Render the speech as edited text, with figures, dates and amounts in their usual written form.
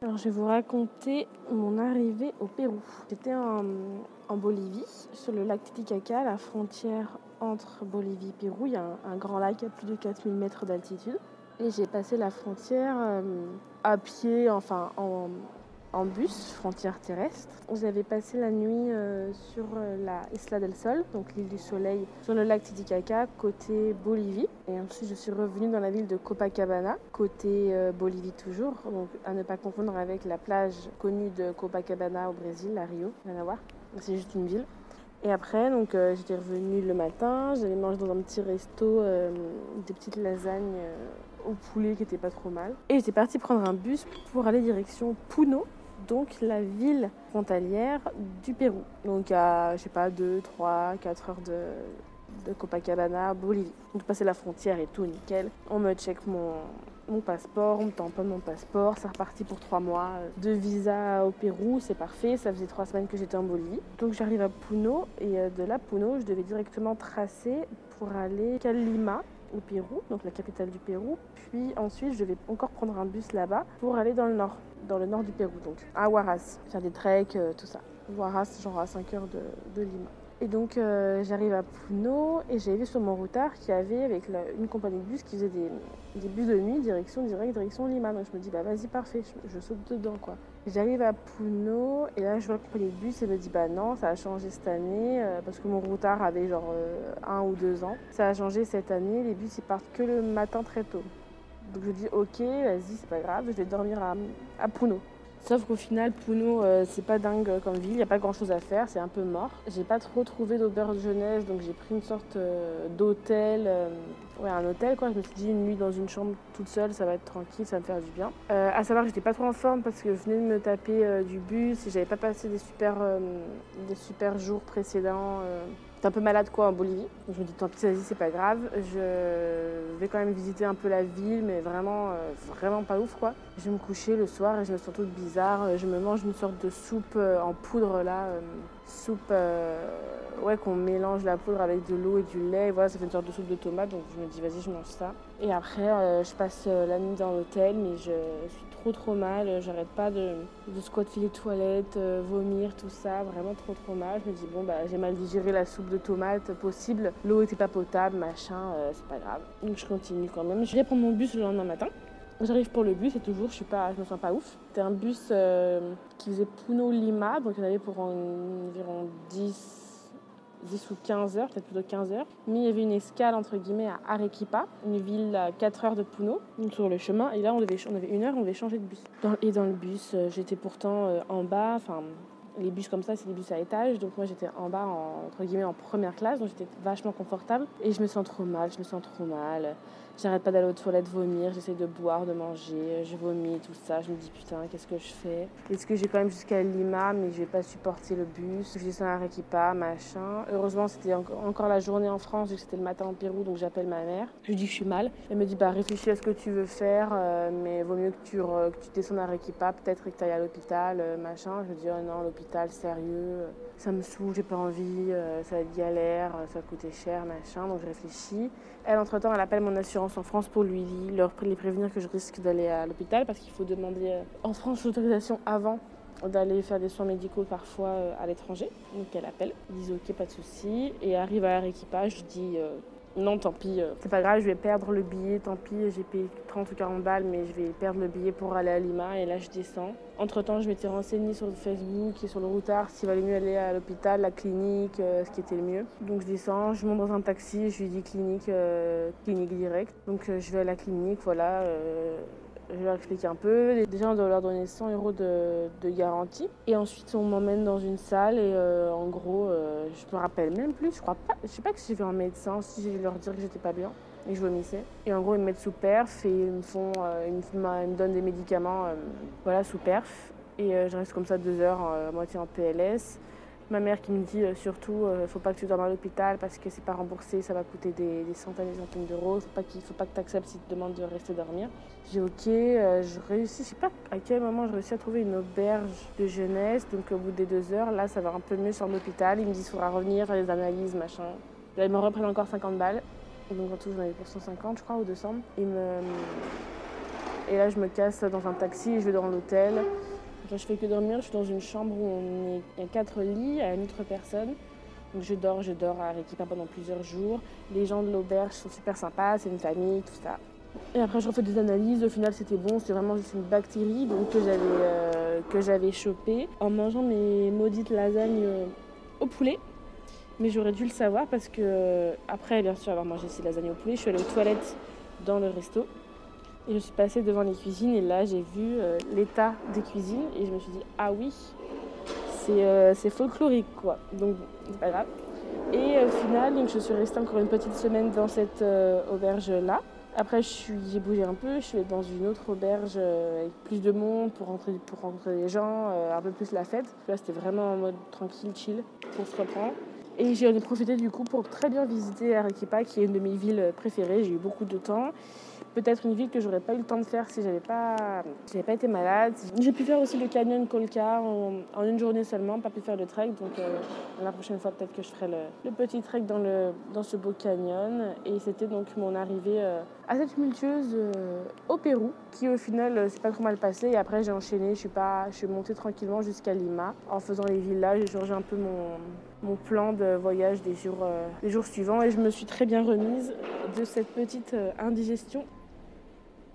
Alors je vais vous raconter mon arrivée au Pérou. J'étais en Bolivie, sur le lac Titicaca, la frontière entre Bolivie et Pérou. Il y a un grand lac à plus de 4000 mètres d'altitude. Et j'ai passé la frontière à pied, en bus, frontière terrestre. J'avais passé la nuit sur la Isla del Sol, donc l'île du Soleil, sur le lac Titicaca, côté Bolivie. Et ensuite, je suis revenue dans la ville de Copacabana, côté Bolivie toujours. Donc, à ne pas confondre avec la plage connue de Copacabana au Brésil, à Rio. Rien à voir. C'est juste une ville. Et après, donc, j'étais revenue le matin. J'allais manger dans un petit resto des petites lasagnes au poulet qui étaient pas trop mal. Et j'étais partie prendre un bus pour aller direction Puno, donc la ville frontalière du Pérou. Donc à, je sais pas, 2, 3, 4 heures de Copacabana, Bolivie. Donc passer la frontière et tout, nickel. On me check mon passeport, on me tamponne mon passeport. C'est reparti pour 3 mois de visa au Pérou, c'est parfait. Ça faisait 3 semaines que j'étais en Bolivie. Donc j'arrive à Puno et de là, Puno, je devais directement tracer pour aller à Lima, au Pérou, donc la capitale du Pérou. Puis ensuite, je devais encore prendre un bus là-bas pour aller dans le nord du Pérou, donc à Huaraz, faire des treks, tout ça. Huaraz, genre à 5 heures de Lima. Et donc j'arrive à Puno et j'ai vu sur mon routard qu'il y avait avec une compagnie de bus qui faisait des bus de nuit direction Lima. Donc je me dis bah vas-y parfait, je saute dedans quoi. J'arrive à Puno et là je vois la compagnie de bus et me dit bah non ça a changé cette année parce que mon routard avait genre 1 ou 2 ans. Ça a changé cette année, les bus ils partent que le matin très tôt. Donc je dis ok vas-y c'est pas grave, je vais dormir à Puno. Sauf qu'au final, Puno, c'est pas dingue comme ville, il n'y a pas grand chose à faire, c'est un peu mort. J'ai pas trop trouvé d'auberge jeunesse, donc j'ai pris une sorte d'hôtel. Ouais, un hôtel quoi. Je me suis dit une nuit dans une chambre toute seule, ça va être tranquille, ça va me faire du bien. À savoir que j'étais pas trop en forme parce que je venais de me taper du bus et j'avais pas passé des super jours précédents. J'étais un peu malade quoi en Bolivie. Donc je me dis tant pis, vas-y, c'est pas grave. Je vais quand même visiter un peu la ville, mais vraiment pas ouf quoi. Je vais me coucher le soir et je me sens toute bizarre. Je me mange une sorte de soupe en poudre là. Ouais, qu'on mélange la poudre avec de l'eau et du lait. Et voilà, ça fait une sorte de soupe de tomate. Donc je me dis vas-y, je mange ça. Et après, je passe la nuit dans l'hôtel, mais je suis trop mal. J'arrête pas de squatter les toilettes, vomir, tout ça. Vraiment trop mal. Je me dis bon, bah j'ai mal digéré la soupe de tomate possible. L'eau était pas potable, machin, c'est pas grave. Donc je continue quand même. Je vais prendre mon bus le lendemain matin. J'arrive pour le bus et toujours je me sens pas ouf. C'était un bus qui faisait Puno-Lima, donc il y en avait pour environ 10 ou 15 heures, peut-être plutôt 15 heures. Mais il y avait une escale entre guillemets à Arequipa, une ville à 4 heures de Puno, donc sur le chemin. Et là on avait 1 heure, on devait changer de bus. Dans le bus, j'étais pourtant en bas, les bus comme ça, c'est des bus à étage. Donc moi, j'étais en bas, entre guillemets, en première classe. Donc j'étais vachement confortable. Et je me sens trop mal. J'arrête pas d'aller aux toilettes vomir. J'essaie de boire, de manger. Je vomis, tout ça. Je me dis, putain, qu'est-ce que je fais? Est-ce que j'ai quand même jusqu'à Lima, mais je vais pas supporter le bus? Je descends à Arequipa, machin. Heureusement, c'était encore la journée en France, vu que c'était le matin en Pérou. Donc j'appelle ma mère. Je lui dis que je suis mal. Elle me dit, bah réfléchis à ce que tu veux faire. Mais vaut mieux que tu descendes à Arequipa. Peut-être que tu ailles à l'hôpital, machin. Je me dis, oh non, l'hôpital, sérieux, ça me saoule, j'ai pas envie, ça va être galère, ça va coûter cher, machin, donc je réfléchis. Elle, entre-temps, elle appelle mon assurance en France pour les prévenir que je risque d'aller à l'hôpital parce qu'il faut demander en France l'autorisation avant d'aller faire des soins médicaux parfois à l'étranger. Donc elle appelle, ils disent ok, pas de souci, et arrive à Arequipa, je dis non, tant pis, c'est pas grave, je vais perdre le billet, tant pis, j'ai payé 30 ou 40 balles, mais je vais perdre le billet pour aller à Lima, et là je descends. Entre-temps, je m'étais renseignée sur Facebook et sur le routard s'il valait mieux aller à l'hôpital, la clinique, ce qui était le mieux. Donc je descends, je monte dans un taxi, je lui dis clinique directe. Donc je vais à la clinique, voilà. Je leur explique un peu. Déjà, on doit leur donner 100 € de garantie. Et ensuite, on m'emmène dans une salle et en gros, je me rappelle même plus. Je sais pas que j'ai vu un médecin, si j'ai dû leur dire que j'étais pas bien et que je vomissais. Et en gros, ils me mettent sous perf et ils me donnent des médicaments sous perf. Et je reste comme ça 2 heures, à moitié en PLS. Ma mère qui me dit surtout faut pas que tu dormes à l'hôpital parce que c'est pas remboursé, ça va coûter des centaines et des centaines d'euros. Faut pas que tu acceptes si tu te demandes de rester dormir. J'ai ok, je réussis, je sais pas à quel moment je réussis à trouver une auberge de jeunesse. Donc au bout des 2 heures, là ça va un peu mieux sur l'hôpital. Ils me disent qu'il faudra revenir faire les analyses, machin. Là ils me reprennent encore 50 balles. Donc en tout j'en avais pour 150 je crois ou 200. Et là, je me casse dans un taxi et je vais dans l'hôtel. Enfin, je fais que dormir. Je suis dans une chambre où il y a 4 lits à une autre personne. Donc je dors à Arequipa pendant plusieurs jours. Les gens de l'auberge sont super sympas, c'est une famille, tout ça. Et après, je refais des analyses. Au final, c'était bon. C'était vraiment juste une bactérie donc, que j'avais chopée en mangeant mes maudites lasagnes au poulet. Mais j'aurais dû le savoir parce que, après, bien sûr, avoir mangé ces lasagnes au poulet, je suis allée aux toilettes dans le resto. Et je suis passée devant les cuisines et là, j'ai vu l'état des cuisines. Et je me suis dit, ah oui, c'est folklorique, quoi. Donc, bon, c'est pas grave. Et au final, donc, je suis restée encore une petite semaine dans cette auberge-là. Après, j'ai bougé un peu, je suis allée dans une autre auberge avec plus de monde pour rencontrer les gens, un peu plus la fête. Là, c'était vraiment en mode tranquille, chill, pour se reprendre. Et j'en ai profité du coup pour très bien visiter Arequipa, qui est une de mes villes préférées. J'ai eu beaucoup de temps. Peut-être une ville que j'aurais pas eu le temps de faire si j'avais pas été malade. J'ai pu faire aussi le canyon Colca en une journée seulement, pas pu faire le trek. Donc la prochaine fois, peut-être que je ferai le petit trek dans ce beau canyon. Et c'était donc mon arrivée assez tumultueuse au Pérou, qui au final s'est pas trop mal passé. Et après, j'ai enchaîné, je suis montée tranquillement jusqu'à Lima. En faisant les villages, j'ai changé un peu mon plan de voyage des jours suivants. Et je me suis très bien remise de cette petite indigestion.